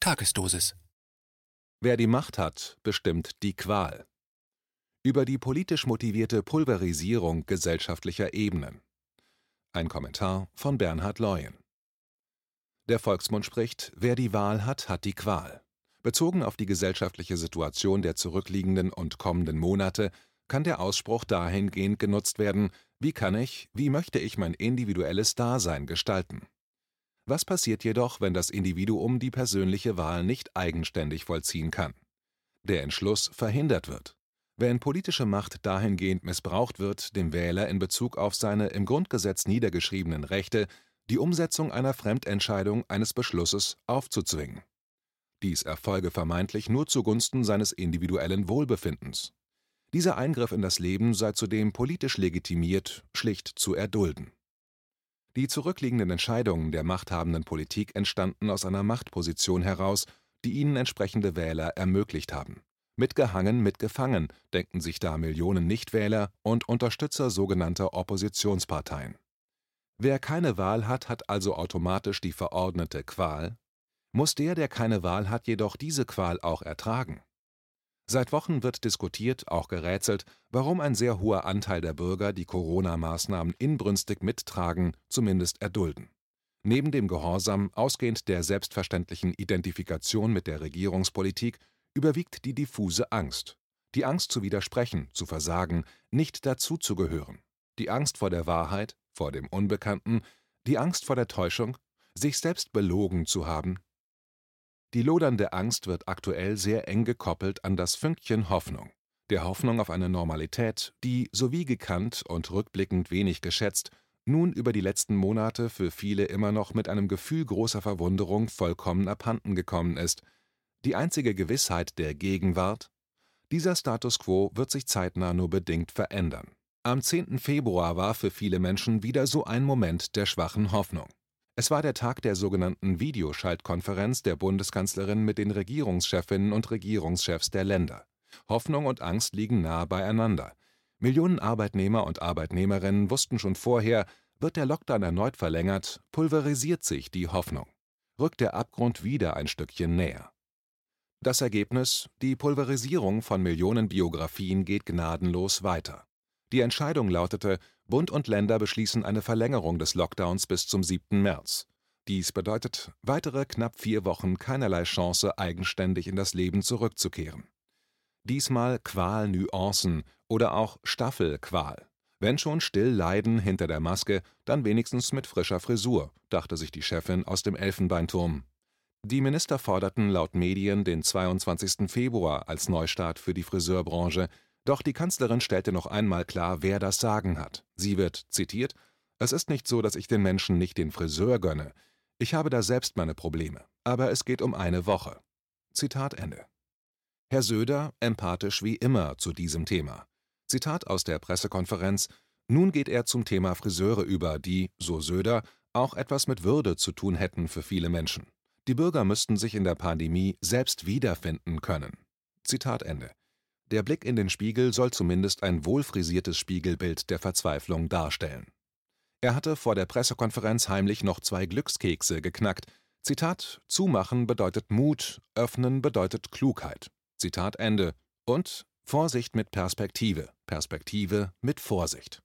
Tagesdosis. Wer die Macht hat, bestimmt die Qual. Über die politisch motivierte Pulverisierung gesellschaftlicher Ebenen. Ein Kommentar von Bernhard Leuen. Der Volksmund spricht: Wer die Wahl hat, hat die Qual. Bezogen auf die gesellschaftliche Situation der zurückliegenden und kommenden Monate kann der Ausspruch dahingehend genutzt werden: Wie möchte ich mein individuelles Dasein gestalten? Was passiert jedoch, wenn das Individuum die persönliche Wahl nicht eigenständig vollziehen kann? Der Entschluss verhindert wird. Wenn politische Macht dahingehend missbraucht wird, dem Wähler in Bezug auf seine im Grundgesetz niedergeschriebenen Rechte die Umsetzung einer Fremdentscheidung eines Beschlusses aufzuzwingen. Dies erfolge vermeintlich nur zugunsten seines individuellen Wohlbefindens. Dieser Eingriff in das Leben sei zudem politisch legitimiert, schlicht zu erdulden. Die zurückliegenden Entscheidungen der machthabenden Politik entstanden aus einer Machtposition heraus, die ihnen entsprechende Wähler ermöglicht haben. Mitgehangen, mitgefangen, denken sich da Millionen Nichtwähler und Unterstützer sogenannter Oppositionsparteien. Wer keine Wahl hat, hat also automatisch die verordnete Qual? Muss der keine Wahl hat, jedoch diese Qual auch ertragen? Seit Wochen wird diskutiert, auch gerätselt, warum ein sehr hoher Anteil der Bürger die Corona-Maßnahmen inbrünstig mittragen, zumindest erdulden. Neben dem Gehorsam, ausgehend der selbstverständlichen Identifikation mit der Regierungspolitik, überwiegt die diffuse Angst. Die Angst zu widersprechen, zu versagen, nicht dazuzugehören. Die Angst vor der Wahrheit, vor dem Unbekannten, die Angst vor der Täuschung, sich selbst belogen zu haben. Die lodernde Angst wird aktuell sehr eng gekoppelt an das Fünkchen Hoffnung. Der Hoffnung auf eine Normalität, die, so wie gekannt und rückblickend wenig geschätzt, nun über die letzten Monate für viele immer noch mit einem Gefühl großer Verwunderung vollkommen abhanden gekommen ist. Die einzige Gewissheit der Gegenwart: Dieser Status quo wird sich zeitnah nur bedingt verändern. Am 10. Februar war für viele Menschen wieder so ein Moment der schwachen Hoffnung. Es war der Tag der sogenannten Videoschaltkonferenz der Bundeskanzlerin mit den Regierungschefinnen und Regierungschefs der Länder. Hoffnung und Angst liegen nah beieinander. Millionen Arbeitnehmer und Arbeitnehmerinnen wussten schon vorher: Wird der Lockdown erneut verlängert, pulverisiert sich die Hoffnung. Rückt der Abgrund wieder ein Stückchen näher. Das Ergebnis: Die Pulverisierung von Millionen Biografien geht gnadenlos weiter. Die Entscheidung lautete: Bund und Länder beschließen eine Verlängerung des Lockdowns bis zum 7. März. Dies bedeutet weitere knapp 4 Wochen keinerlei Chance, eigenständig in das Leben zurückzukehren. Diesmal Qual-Nuancen oder auch Staffelqual. Wenn schon still leiden hinter der Maske, dann wenigstens mit frischer Frisur, dachte sich die Chefin aus dem Elfenbeinturm. Die Minister forderten laut Medien den 22. Februar als Neustart für die Friseurbranche. Doch die Kanzlerin stellte noch einmal klar, wer das Sagen hat. Sie wird zitiert: Es ist nicht so, dass ich den Menschen nicht den Friseur gönne. Ich habe da selbst meine Probleme. Aber es geht um eine Woche. Zitat Ende. Herr Söder empathisch wie immer zu diesem Thema. Zitat aus der Pressekonferenz: Nun geht er zum Thema Friseure über, die, so Söder, auch etwas mit Würde zu tun hätten für viele Menschen. Die Bürger müssten sich in der Pandemie selbst wiederfinden können. Zitat Ende. Der Blick in den Spiegel soll zumindest ein wohlfrisiertes Spiegelbild der Verzweiflung darstellen. Er hatte vor der Pressekonferenz heimlich noch 2 Glückskekse geknackt. Zitat: Zumachen bedeutet Mut, öffnen bedeutet Klugheit. Zitat Ende. Und Vorsicht mit Perspektive, Perspektive mit Vorsicht.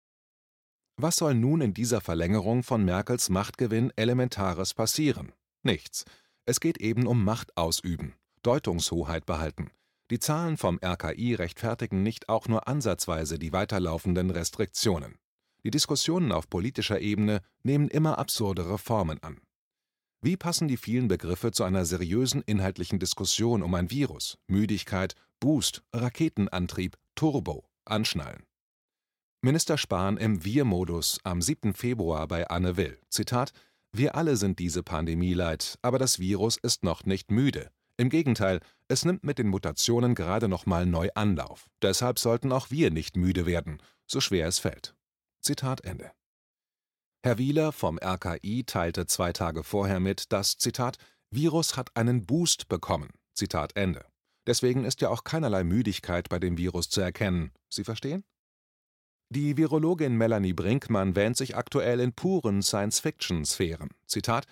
Was soll nun in dieser Verlängerung von Merkels Machtgewinn Elementares passieren? Nichts. Es geht eben um Macht ausüben, Deutungshoheit behalten. Die Zahlen vom RKI rechtfertigen nicht auch nur ansatzweise die weiterlaufenden Restriktionen. Die Diskussionen auf politischer Ebene nehmen immer absurdere Formen an. Wie passen die vielen Begriffe zu einer seriösen inhaltlichen Diskussion um ein Virus, Müdigkeit, Boost, Raketenantrieb, Turbo, Anschnallen? Minister Spahn im Wir-Modus am 7. Februar bei Anne Will. Zitat: Wir alle sind diese Pandemie leid, aber das Virus ist noch nicht müde. Im Gegenteil, es nimmt mit den Mutationen gerade noch mal neu Anlauf. Deshalb sollten auch wir nicht müde werden, so schwer es fällt. Zitat Ende. Herr Wieler vom RKI teilte 2 Tage vorher mit, das Zitat Virus hat einen Boost bekommen. Zitat Ende. Deswegen ist ja auch keinerlei Müdigkeit bei dem Virus zu erkennen. Sie verstehen? Die Virologin Melanie Brinkmann wähnt sich aktuell in puren Science-Fiction-Sphären. Zitat: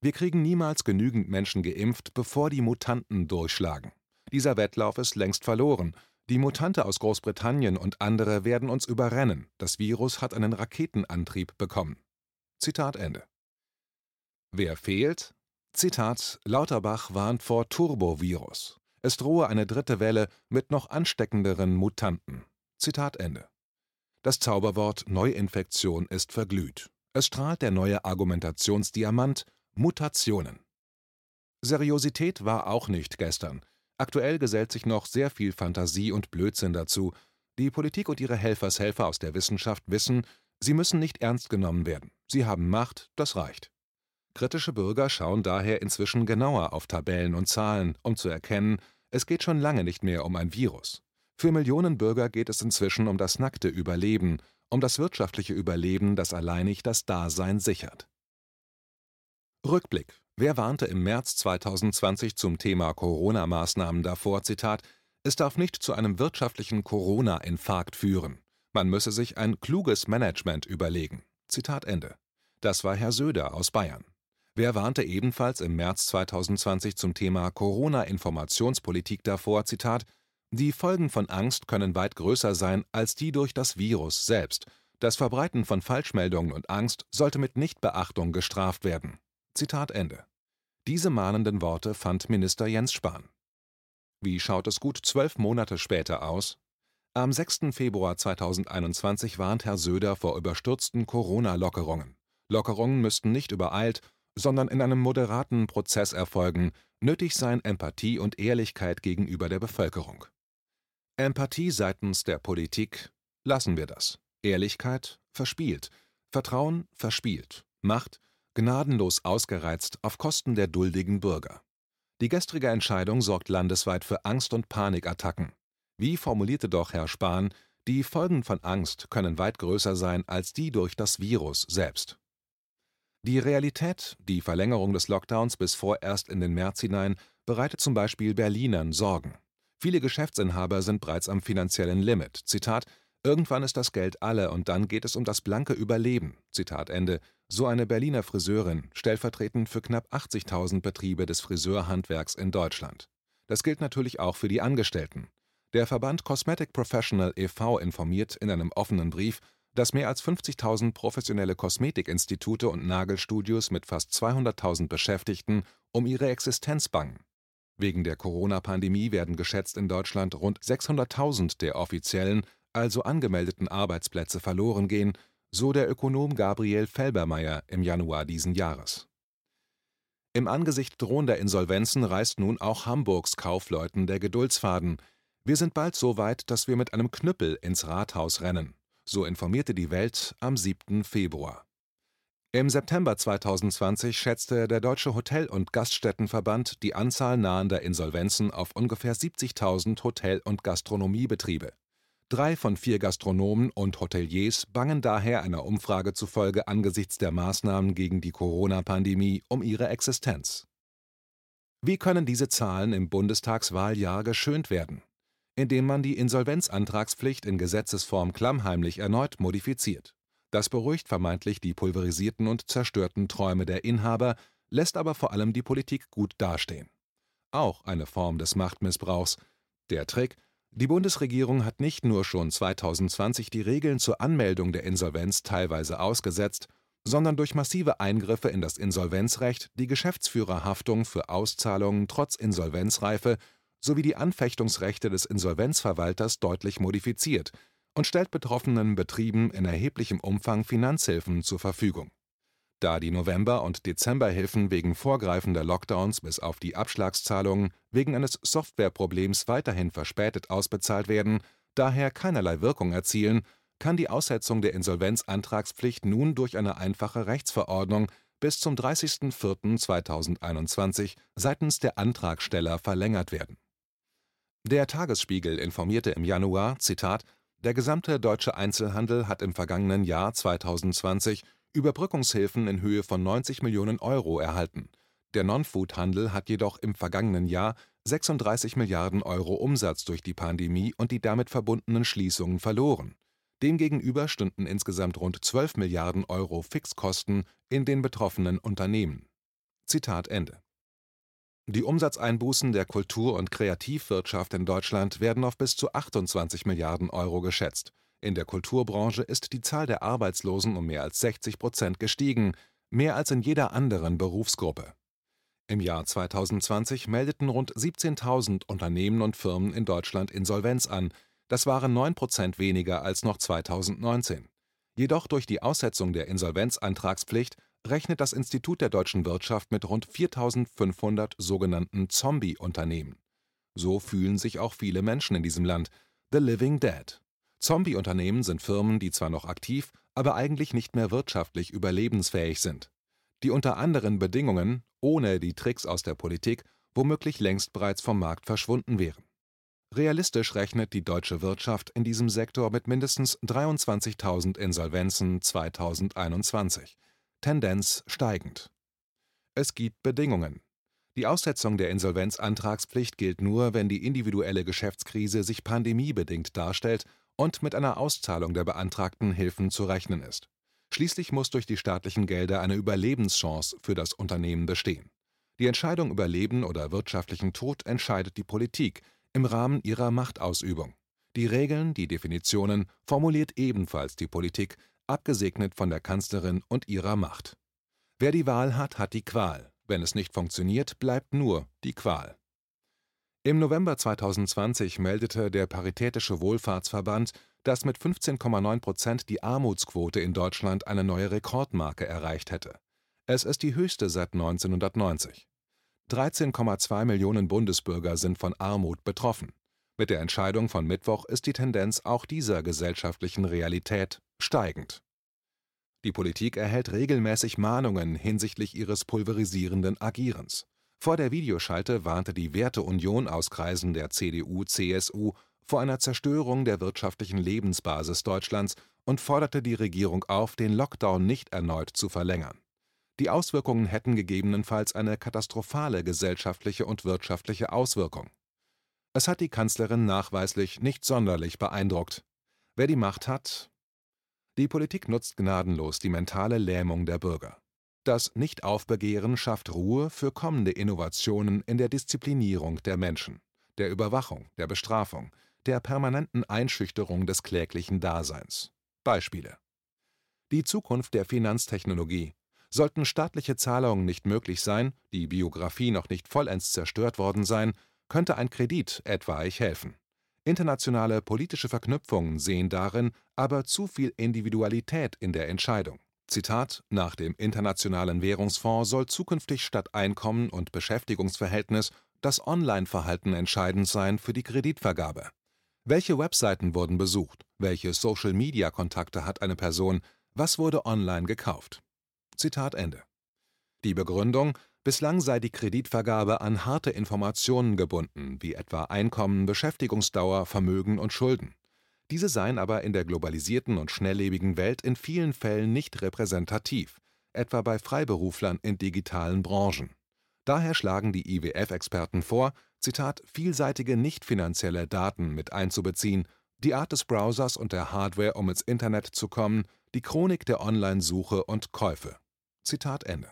Wir kriegen niemals genügend Menschen geimpft, bevor die Mutanten durchschlagen. Dieser Wettlauf ist längst verloren. Die Mutante aus Großbritannien und andere werden uns überrennen. Das Virus hat einen Raketenantrieb bekommen. Zitat Ende. Wer fehlt? Zitat: Lauterbach warnt vor Turbovirus. Es drohe eine dritte Welle mit noch ansteckenderen Mutanten. Zitat Ende. Das Zauberwort Neuinfektion ist verglüht. Es strahlt der neue Argumentationsdiamant: Mutationen. Seriosität war auch nicht gestern. Aktuell gesellt sich noch sehr viel Fantasie und Blödsinn dazu. Die Politik und ihre Helfershelfer aus der Wissenschaft wissen, sie müssen nicht ernst genommen werden. Sie haben Macht, das reicht. Kritische Bürger schauen daher inzwischen genauer auf Tabellen und Zahlen, um zu erkennen, es geht schon lange nicht mehr um ein Virus. Für Millionen Bürger geht es inzwischen um das nackte Überleben, um das wirtschaftliche Überleben, das alleinig das Dasein sichert. Rückblick: Wer warnte im März 2020 zum Thema Corona-Maßnahmen davor, Zitat: Es darf nicht zu einem wirtschaftlichen Corona-Infarkt führen. Man müsse sich ein kluges Management überlegen. Zitat Ende. Das war Herr Söder aus Bayern. Wer warnte ebenfalls im März 2020 zum Thema Corona-Informationspolitik davor, Zitat: Die Folgen von Angst können weit größer sein als die durch das Virus selbst. Das Verbreiten von Falschmeldungen und Angst sollte mit Nichtbeachtung gestraft werden. Zitat Ende. Diese mahnenden Worte fand Minister Jens Spahn. Wie schaut es gut 12 Monate später aus? Am 6. Februar 2021 warnt Herr Söder vor überstürzten Corona-Lockerungen. Lockerungen müssten nicht übereilt, sondern in einem moderaten Prozess erfolgen. Nötig seien Empathie und Ehrlichkeit gegenüber der Bevölkerung. Empathie seitens der Politik: Lassen wir das. Ehrlichkeit: Verspielt. Vertrauen: verspielt. Macht: gnadenlos ausgereizt auf Kosten der duldigen Bürger. Die gestrige Entscheidung sorgt landesweit für Angst- und Panikattacken. Wie formulierte doch Herr Spahn, die Folgen von Angst können weit größer sein als die durch das Virus selbst. Die Realität, die Verlängerung des Lockdowns bis vorerst in den März hinein, bereitet zum Beispiel Berlinern Sorgen. Viele Geschäftsinhaber sind bereits am finanziellen Limit. Zitat: Irgendwann ist das Geld alle und dann geht es um das blanke Überleben. Zitat Ende. So eine Berliner Friseurin, stellvertretend für knapp 80.000 Betriebe des Friseurhandwerks in Deutschland. Das gilt natürlich auch für die Angestellten. Der Verband Cosmetic Professional e.V. informiert in einem offenen Brief, dass mehr als 50.000 professionelle Kosmetikinstitute und Nagelstudios mit fast 200.000 Beschäftigten um ihre Existenz bangen. Wegen der Corona-Pandemie werden geschätzt in Deutschland rund 600.000 der offiziellen, also angemeldeten Arbeitsplätze verloren gehen, so der Ökonom Gabriel Felbermayr im Januar diesen Jahres. Im Angesicht drohender Insolvenzen reißt nun auch Hamburgs Kaufleuten der Geduldsfaden. Wir sind bald so weit, dass wir mit einem Knüppel ins Rathaus rennen. So informierte die Welt am 7. Februar. Im September 2020 schätzte der Deutsche Hotel- und Gaststättenverband die Anzahl nahender Insolvenzen auf ungefähr 70.000 Hotel- und Gastronomiebetriebe. 3 von 4 Gastronomen und Hoteliers bangen daher einer Umfrage zufolge angesichts der Maßnahmen gegen die Corona-Pandemie um ihre Existenz. Wie können diese Zahlen im Bundestagswahljahr geschönt werden? Indem man die Insolvenzantragspflicht in Gesetzesform klammheimlich erneut modifiziert. Das beruhigt vermeintlich die pulverisierten und zerstörten Träume der Inhaber, lässt aber vor allem die Politik gut dastehen. Auch eine Form des Machtmissbrauchs. Der Trick: Die Bundesregierung hat nicht nur schon 2020 die Regeln zur Anmeldung der Insolvenz teilweise ausgesetzt, sondern durch massive Eingriffe in das Insolvenzrecht die Geschäftsführerhaftung für Auszahlungen trotz Insolvenzreife sowie die Anfechtungsrechte des Insolvenzverwalters deutlich modifiziert und stellt betroffenen Betrieben in erheblichem Umfang Finanzhilfen zur Verfügung. Da die November- und Dezemberhilfen wegen vorgreifender Lockdowns bis auf die Abschlagszahlungen wegen eines Softwareproblems weiterhin verspätet ausbezahlt werden, daher keinerlei Wirkung erzielen, kann die Aussetzung der Insolvenzantragspflicht nun durch eine einfache Rechtsverordnung bis zum 30.04.2021 seitens der Antragsteller verlängert werden. Der Tagesspiegel informierte im Januar, Zitat: Der gesamte deutsche Einzelhandel hat im vergangenen Jahr 2020 Überbrückungshilfen in Höhe von 90 Millionen Euro erhalten. Der Non-Food-Handel hat jedoch im vergangenen Jahr 36 Milliarden Euro Umsatz durch die Pandemie und die damit verbundenen Schließungen verloren. Demgegenüber stünden insgesamt rund 12 Milliarden Euro Fixkosten in den betroffenen Unternehmen. Zitat Ende. Die Umsatzeinbußen der Kultur- und Kreativwirtschaft in Deutschland werden auf bis zu 28 Milliarden Euro geschätzt. In der Kulturbranche ist die Zahl der Arbeitslosen um mehr als 60% gestiegen, mehr als in jeder anderen Berufsgruppe. Im Jahr 2020 meldeten rund 17.000 Unternehmen und Firmen in Deutschland Insolvenz an. Das waren 9% weniger als noch 2019. Jedoch durch die Aussetzung der Insolvenzantragspflicht rechnet das Institut der deutschen Wirtschaft mit rund 4.500 sogenannten Zombie-Unternehmen. So fühlen sich auch viele Menschen in diesem Land. The Living Dead. Zombie-Unternehmen sind Firmen, die zwar noch aktiv, aber eigentlich nicht mehr wirtschaftlich überlebensfähig sind. Die unter anderen Bedingungen, ohne die Tricks aus der Politik, womöglich längst bereits vom Markt verschwunden wären. Realistisch rechnet die deutsche Wirtschaft in diesem Sektor mit mindestens 23.000 Insolvenzen 2021. Tendenz steigend. Es gibt Bedingungen. Die Aussetzung der Insolvenzantragspflicht gilt nur, wenn die individuelle Geschäftskrise sich pandemiebedingt darstellt und mit einer Auszahlung der beantragten Hilfen zu rechnen ist. Schließlich muss durch die staatlichen Gelder eine Überlebenschance für das Unternehmen bestehen. Die Entscheidung über Leben oder wirtschaftlichen Tod entscheidet die Politik im Rahmen ihrer Machtausübung. Die Regeln, die Definitionen formuliert ebenfalls die Politik, abgesegnet von der Kanzlerin und ihrer Macht. Wer die Wahl hat, hat die Qual. Wenn es nicht funktioniert, bleibt nur die Qual. Im November 2020 meldete der Paritätische Wohlfahrtsverband, dass mit 15,9% die Armutsquote in Deutschland eine neue Rekordmarke erreicht hätte. Es ist die höchste seit 1990. 13,2 Millionen Bundesbürger sind von Armut betroffen. Mit der Entscheidung von Mittwoch ist die Tendenz auch dieser gesellschaftlichen Realität steigend. Die Politik erhält regelmäßig Mahnungen hinsichtlich ihres pulverisierenden Agierens. Vor der Videoschalte warnte die Werteunion aus Kreisen der CDU/CSU vor einer Zerstörung der wirtschaftlichen Lebensbasis Deutschlands und forderte die Regierung auf, den Lockdown nicht erneut zu verlängern. Die Auswirkungen hätten gegebenenfalls eine katastrophale gesellschaftliche und wirtschaftliche Auswirkung. Es hat die Kanzlerin nachweislich nicht sonderlich beeindruckt. Wer die Macht hat? Die Politik nutzt gnadenlos die mentale Lähmung der Bürger. Das Nicht-Aufbegehren schafft Ruhe für kommende Innovationen in der Disziplinierung der Menschen, der Überwachung, der Bestrafung, der permanenten Einschüchterung des kläglichen Daseins. Beispiele: Die Zukunft der Finanztechnologie. Sollten staatliche Zahlungen nicht möglich sein, die Biografie noch nicht vollends zerstört worden sein, könnte ein Kredit etwaig helfen. Internationale politische Verknüpfungen sehen darin aber zu viel Individualität in der Entscheidung. Zitat: Nach dem Internationalen Währungsfonds soll zukünftig statt Einkommen und Beschäftigungsverhältnis das Online-Verhalten entscheidend sein für die Kreditvergabe. Welche Webseiten wurden besucht? Welche Social-Media-Kontakte hat eine Person? Was wurde online gekauft? Zitat Ende. Die Begründung: Bislang sei die Kreditvergabe an harte Informationen gebunden, wie etwa Einkommen, Beschäftigungsdauer, Vermögen und Schulden. Diese seien aber in der globalisierten und schnelllebigen Welt in vielen Fällen nicht repräsentativ, etwa bei Freiberuflern in digitalen Branchen. Daher schlagen die IWF-Experten vor, Zitat, vielseitige nicht-finanzielle Daten mit einzubeziehen, die Art des Browsers und der Hardware, um ins Internet zu kommen, die Chronik der Online-Suche und Käufe. Zitat Ende.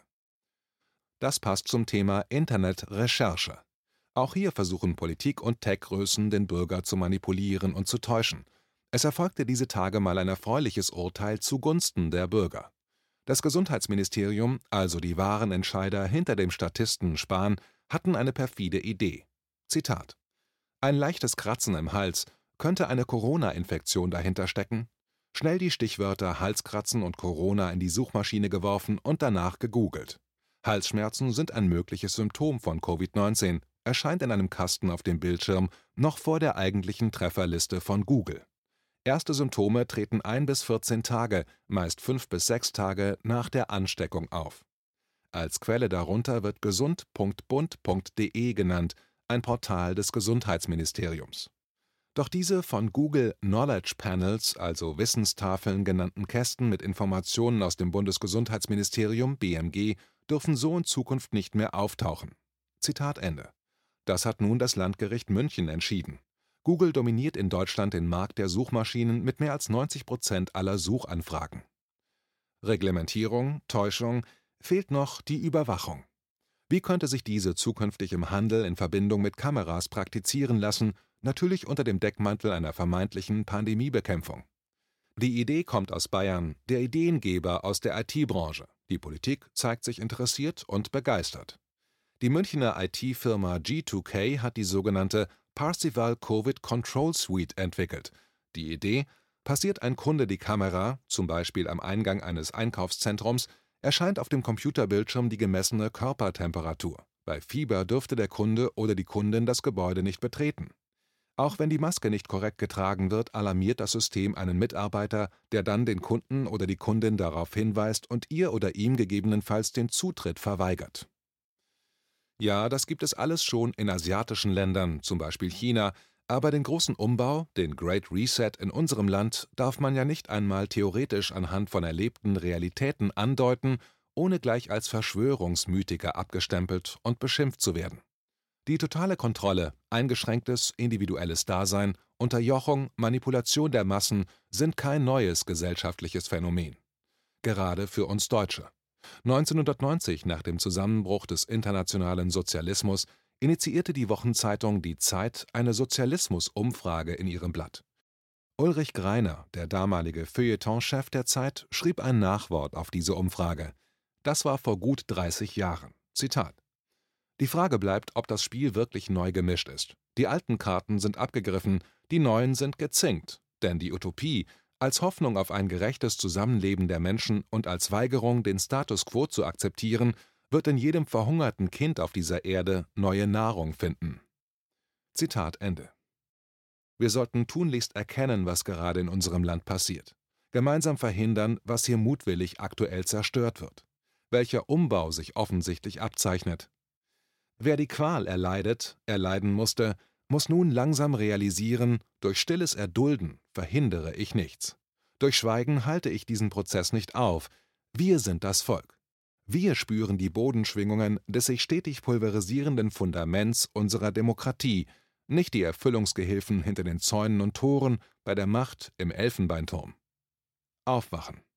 Das passt zum Thema Internetrecherche. Auch hier versuchen Politik und Tech-Größen, den Bürger zu manipulieren und zu täuschen. Es erfolgte diese Tage mal ein erfreuliches Urteil zugunsten der Bürger. Das Gesundheitsministerium, also die wahren Entscheider hinter dem Statisten Spahn, hatten eine perfide Idee. Zitat: Ein leichtes Kratzen im Hals, könnte eine Corona-Infektion dahinter stecken? Schnell die Stichwörter Halskratzen und Corona in die Suchmaschine geworfen und danach gegoogelt. Halsschmerzen sind ein mögliches Symptom von Covid-19, erscheint in einem Kasten auf dem Bildschirm noch vor der eigentlichen Trefferliste von Google. Erste Symptome treten 1 bis 14 Tage, meist 5 bis 6 Tage nach der Ansteckung auf. Als Quelle darunter wird gesund.bund.de genannt, ein Portal des Gesundheitsministeriums. Doch diese von Google Knowledge Panels, also Wissenstafeln genannten Kästen mit Informationen aus dem Bundesgesundheitsministerium (BMG), dürfen so in Zukunft nicht mehr auftauchen. Zitat Ende. Das hat nun das Landgericht München entschieden. Google dominiert in Deutschland den Markt der Suchmaschinen mit mehr als 90% aller Suchanfragen. Reglementierung, Täuschung, fehlt noch die Überwachung. Wie könnte sich diese zukünftig im Handel in Verbindung mit Kameras praktizieren lassen, natürlich unter dem Deckmantel einer vermeintlichen Pandemiebekämpfung? Die Idee kommt aus Bayern, der Ideengeber aus der IT-Branche. Die Politik zeigt sich interessiert und begeistert. Die Münchner IT-Firma G2K hat die sogenannte Parsival Covid Control Suite entwickelt. Die Idee: passiert ein Kunde die Kamera, zum Beispiel am Eingang eines Einkaufszentrums, erscheint auf dem Computerbildschirm die gemessene Körpertemperatur. Bei Fieber dürfte der Kunde oder die Kundin das Gebäude nicht betreten. Auch wenn die Maske nicht korrekt getragen wird, alarmiert das System einen Mitarbeiter, der dann den Kunden oder die Kundin darauf hinweist und ihr oder ihm gegebenenfalls den Zutritt verweigert. Ja, das gibt es alles schon in asiatischen Ländern, zum Beispiel China, aber den großen Umbau, den Great Reset in unserem Land, darf man ja nicht einmal theoretisch anhand von erlebten Realitäten andeuten, ohne gleich als Verschwörungsmythiker abgestempelt und beschimpft zu werden. Die totale Kontrolle, eingeschränktes individuelles Dasein, Unterjochung, Manipulation der Massen sind kein neues gesellschaftliches Phänomen. Gerade für uns Deutsche. 1990, nach dem Zusammenbruch des internationalen Sozialismus, initiierte die Wochenzeitung Die Zeit eine Sozialismus-Umfrage in ihrem Blatt. Ulrich Greiner, der damalige Feuilleton-Chef der Zeit, schrieb ein Nachwort auf diese Umfrage. Das war vor gut 30 Jahren. Zitat: Die Frage bleibt, ob das Spiel wirklich neu gemischt ist. Die alten Karten sind abgegriffen, die neuen sind gezinkt. Denn die Utopie, als Hoffnung auf ein gerechtes Zusammenleben der Menschen und als Weigerung, den Status quo zu akzeptieren, wird in jedem verhungerten Kind auf dieser Erde neue Nahrung finden. Zitat Ende. Wir sollten tunlichst erkennen, was gerade in unserem Land passiert. Gemeinsam verhindern, was hier mutwillig aktuell zerstört wird. Welcher Umbau sich offensichtlich abzeichnet. Wer die Qual erleiden musste, muss nun langsam realisieren, durch stilles Erdulden verhindere ich nichts. Durch Schweigen halte ich diesen Prozess nicht auf. Wir sind das Volk. Wir spüren die Bodenschwingungen des sich stetig pulverisierenden Fundaments unserer Demokratie, nicht die Erfüllungsgehilfen hinter den Zäunen und Toren bei der Macht im Elfenbeinturm. Aufwachen!